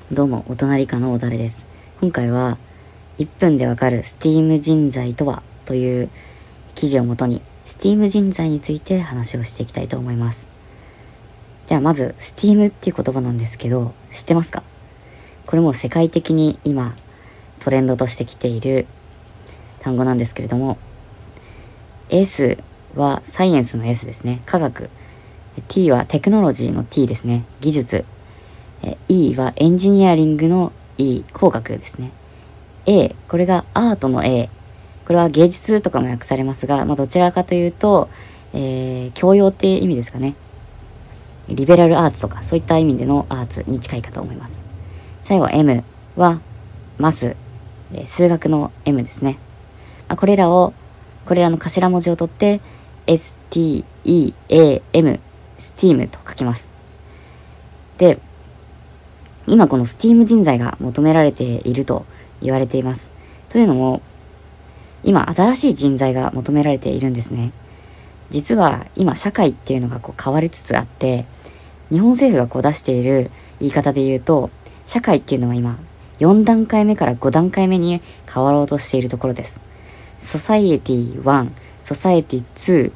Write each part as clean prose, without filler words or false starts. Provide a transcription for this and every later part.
どうも、お隣かのおだれです。今回は、1分でわかる STEAM 人材とはという記事をもとに、STEAM 人材について話をしていきたいと思います。ではまず、STEAM っていう言葉なんですけど、知ってますか？これも世界的に今、トレンドとしてきている単語なんですけれども、S はサイエンスの S ですね。科学。T はテクノロジーの T ですね。技術。E はエンジニアリングの E、工学ですね。A、これがアートの A。これは芸術とかも訳されますが、どちらかというと、教養っていう意味ですかね。リベラルアーツとか、そういった意味でのアーツに近いかと思います。最後 M は、マス、数学の M ですね。これらの頭文字を取って、STEAM、STEAM と書きます。で、今この STEAM 人材が求められていると言われています。というのも、今新しい人材が求められているんですね。実は今社会っていうのが変わりつつあって、日本政府が出している言い方で言うと、社会っていうのは今4段階目から5段階目に変わろうとしているところです。ソサイエティ1、ソサイエティ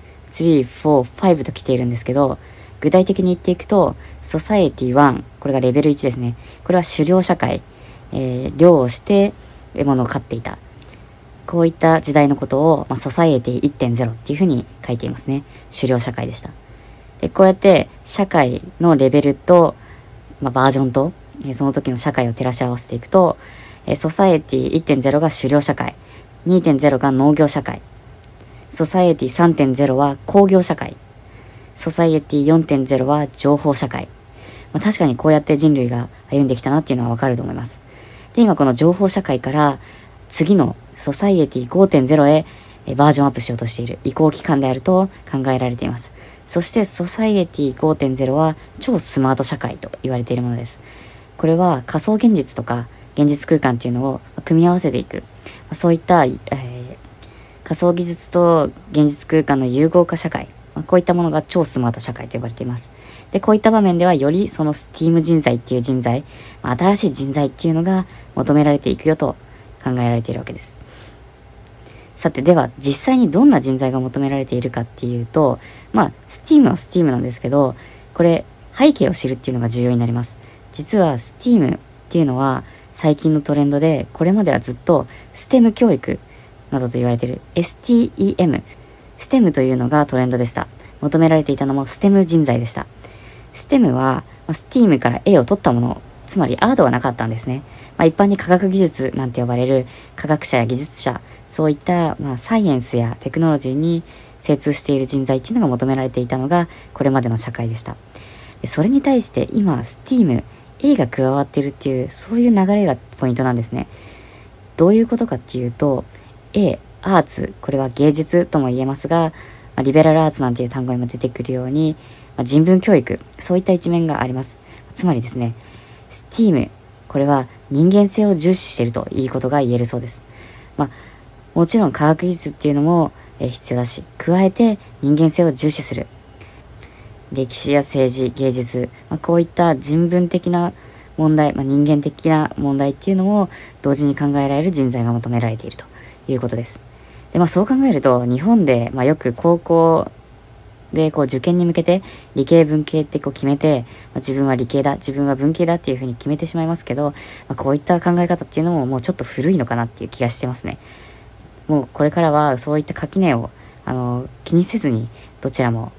2、3、4、5と来ているんですけど、具体的に言っていくと、ソサエティ1、これがレベル1ですね。これは狩猟社会、猟をして獲物を飼っていた。こういった時代のことを、ソサエティ 1.0 っていうふうに書いていますね。狩猟社会でした。で、こうやって社会のレベルと、バージョンと、その時の社会を照らし合わせていくと、ソサエティ 1.0 が狩猟社会、2.0 が農業社会、ソサエティ 3.0 は工業社会、ソサイエティ 4.0 は情報社会。確かにこうやって人類が歩んできたなっていうのはわかると思います。で、今この情報社会から次のソサイエティ 5.0 へバージョンアップしようとしている移行期間であると考えられています。そしてソサイエティ 5.0 は超スマート社会と言われているものです。これは仮想現実とか現実空間っていうのを組み合わせていく。そういった、仮想技術と現実空間の融合化社会。こういったものが超スマート社会と呼ばれています。で、こういった場面ではよりその STEAM 人材っていう人材、新しい人材っていうのが求められていくよと考えられているわけです。さて、では実際にどんな人材が求められているかっていうと、STEAM は STEAM なんですけど、これ背景を知るっていうのが重要になります。実は STEAM っていうのは最近のトレンドで、これまではずっと STEM 教育などと言われている STEM、STEM というのがトレンドでした。求められていたのも STEM 人材でした。STEM は、STEAM から A を取ったもの、つまりアートはなかったんですね。一般に科学技術なんて呼ばれる科学者や技術者、そういった、サイエンスやテクノロジーに精通している人材っていうのが求められていたのがこれまでの社会でした。それに対して今 STEAM、A が加わっているっていう、そういう流れがポイントなんですね。どういうことかっていうと、A、アーツ、これは芸術とも言えますが、リベラルアーツなんていう単語にも出てくるように、人文教育、そういった一面があります。つまりですね、STEAM、これは人間性を重視しているということが言えるそうです。もちろん科学技術っていうのも必要だし、加えて人間性を重視する。歴史や政治、芸術、こういった人文的な問題、人間的な問題っていうのを同時に考えられる人材が求められているということです。で、そう考えると、日本で、よく高校で受験に向けて理系文系って決めて、自分は理系だ、自分は文系だっていうふうに決めてしまいますけど、こういった考え方っていうのももうちょっと古いのかなっていう気がしてますね。もうこれからはそういった垣根を気にせずに、どちらも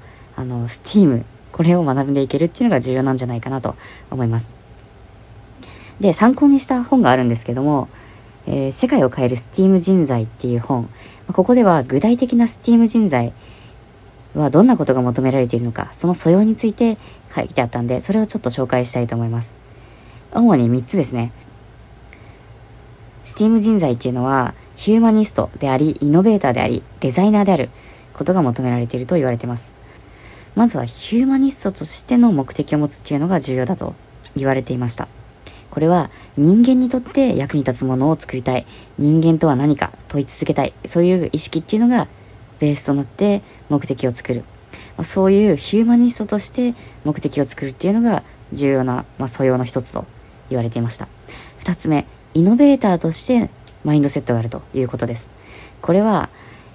STEAM、これを学んでいけるっていうのが重要なんじゃないかなと思います。で、参考にした本があるんですけども、世界を変える STEAM 人材っていう本、ここでは具体的な STEAM 人材はどんなことが求められているのか、その素養について書いてあったんで、それをちょっと紹介したいと思います。主に3つですね。STEAM 人材っていうのは、ヒューマニストであり、イノベーターであり、デザイナーであることが求められていると言われています。まずはヒューマニストとしての目的を持つっていうのが重要だと言われていました。これは人間にとって役に立つものを作りたい。人間とは何か問い続けたい。そういう意識っていうのがベースとなって目的を作る。そういうヒューマニストとして目的を作るっていうのが重要な、素養の一つと言われていました。2つ目、イノベーターとしてマインドセットがあるということです。これは、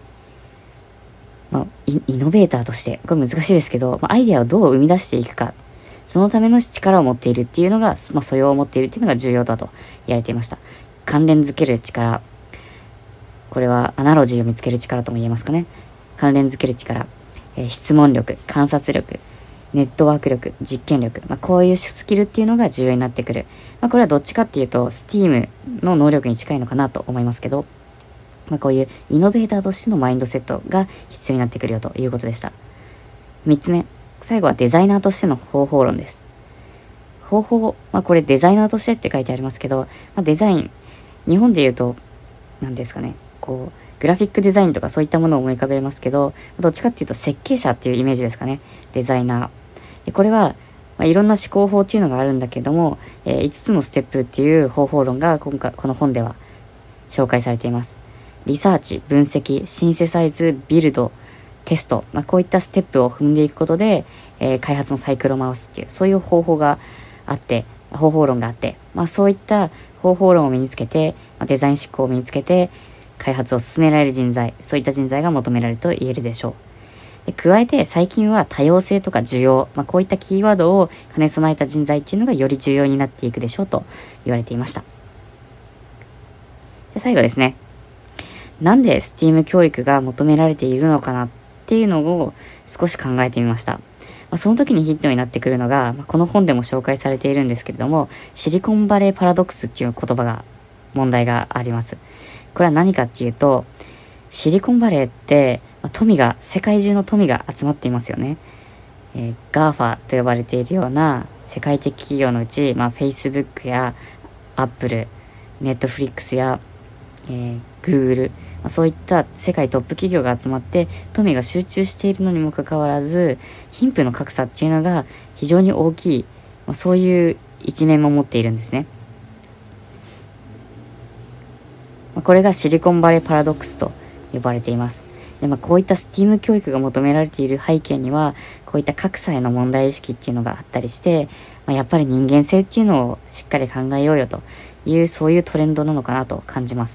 イノベーターとして、これ難しいですけど、アイデアをどう生み出していくか、そのための力を持っているっていうのが、素養を持っているっていうのが重要だと言われていました。関連づける力、これはアナロジーを見つける力とも言えますかね。関連づける力、質問力、観察力、ネットワーク力、実験力、こういうスキルっていうのが重要になってくる。これはどっちかっていうと、STEAM の能力に近いのかなと思いますけど、こういうイノベーターとしてのマインドセットが必要になってくるよということでした。3つ目、最後はデザイナーとしての方法論です。方法、これデザイナーとしてって書いてありますけど、デザイン、日本で言うと、何ですかね、グラフィックデザインとかそういったものを思い浮かべますけど、どっちかっていうと設計者っていうイメージですかね、デザイナー。でこれは、いろんな思考法っていうのがあるんだけども、5つのステップっていう方法論が今回この本では紹介されています。リサーチ、分析、シンセサイズ、ビルド、テスト、こういったステップを踏んでいくことで、開発のサイクルを回すっていう、そういう方法論があって、そういった方法論を身につけて、デザイン思考を身につけて、開発を進められる人材、そういった人材が求められると言えるでしょう。で加えて最近は多様性とか需要、こういったキーワードを兼ね備えた人材っていうのがより重要になっていくでしょうと言われていました。で最後ですね。なんで STEAM 教育が求められているのかなっていうのを少し考えてみました。その時にヒントになってくるのが、この本でも紹介されているんですけれども、シリコンバレーパラドックスっていう問題があります。これは何かっていうと、シリコンバレーって、世界中の富が集まっていますよね。GAFA と呼ばれているような世界的企業のうち、Facebook や Apple、Netflix や、Google、そういった世界トップ企業が集まって富が集中しているのにもかかわらず、貧富の格差っていうのが非常に大きい、そういう一面も持っているんですね。これがシリコンバレーパラドックスと呼ばれています。でこういった STEAM 教育が求められている背景には、こういった格差への問題意識っていうのがあったりして、やっぱり人間性っていうのをしっかり考えようよという、そういうトレンドなのかなと感じます。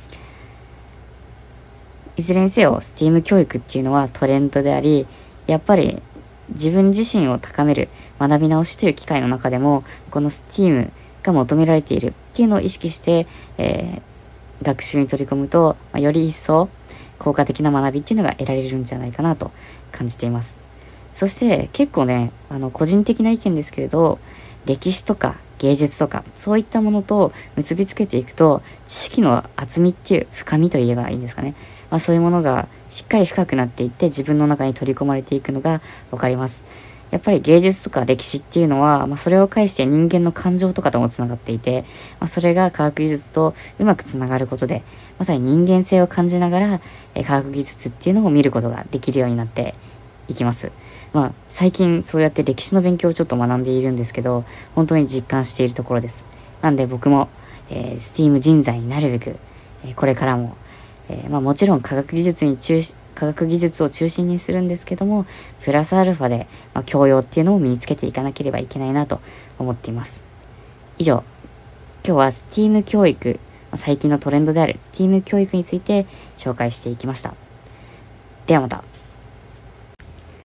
いずれにせよ STEAM 教育っていうのはトレンドであり、やっぱり自分自身を高める学び直しという機会の中でも、この STEAM が求められているっていうのを意識して、学習に取り込むと、より一層効果的な学びっていうのが得られるんじゃないかなと感じています。そして結構ね、個人的な意見ですけれど、歴史とか芸術とかそういったものと結びつけていくと、知識の厚みっていう深みといえばいいんですかね。そういうものがしっかり深くなっていって自分の中に取り込まれていくのがわかります。やっぱり芸術とか歴史っていうのは、それを介して人間の感情とかともつながっていて、それが科学技術とうまくつながることで、まさに人間性を感じながら、科学技術っていうのを見ることができるようになっていきます。最近そうやって歴史の勉強をちょっと学んでいるんですけど、本当に実感しているところです。なんで僕も、STEAM 人材になるべく、これからも、もちろん科学技術を中心にするんですけども、プラスアルファで、教養っていうのを身につけていかなければいけないなと思っています。以上、今日は STEAM 教育、最近のトレンドである STEAM 教育について紹介していきました。ではまた。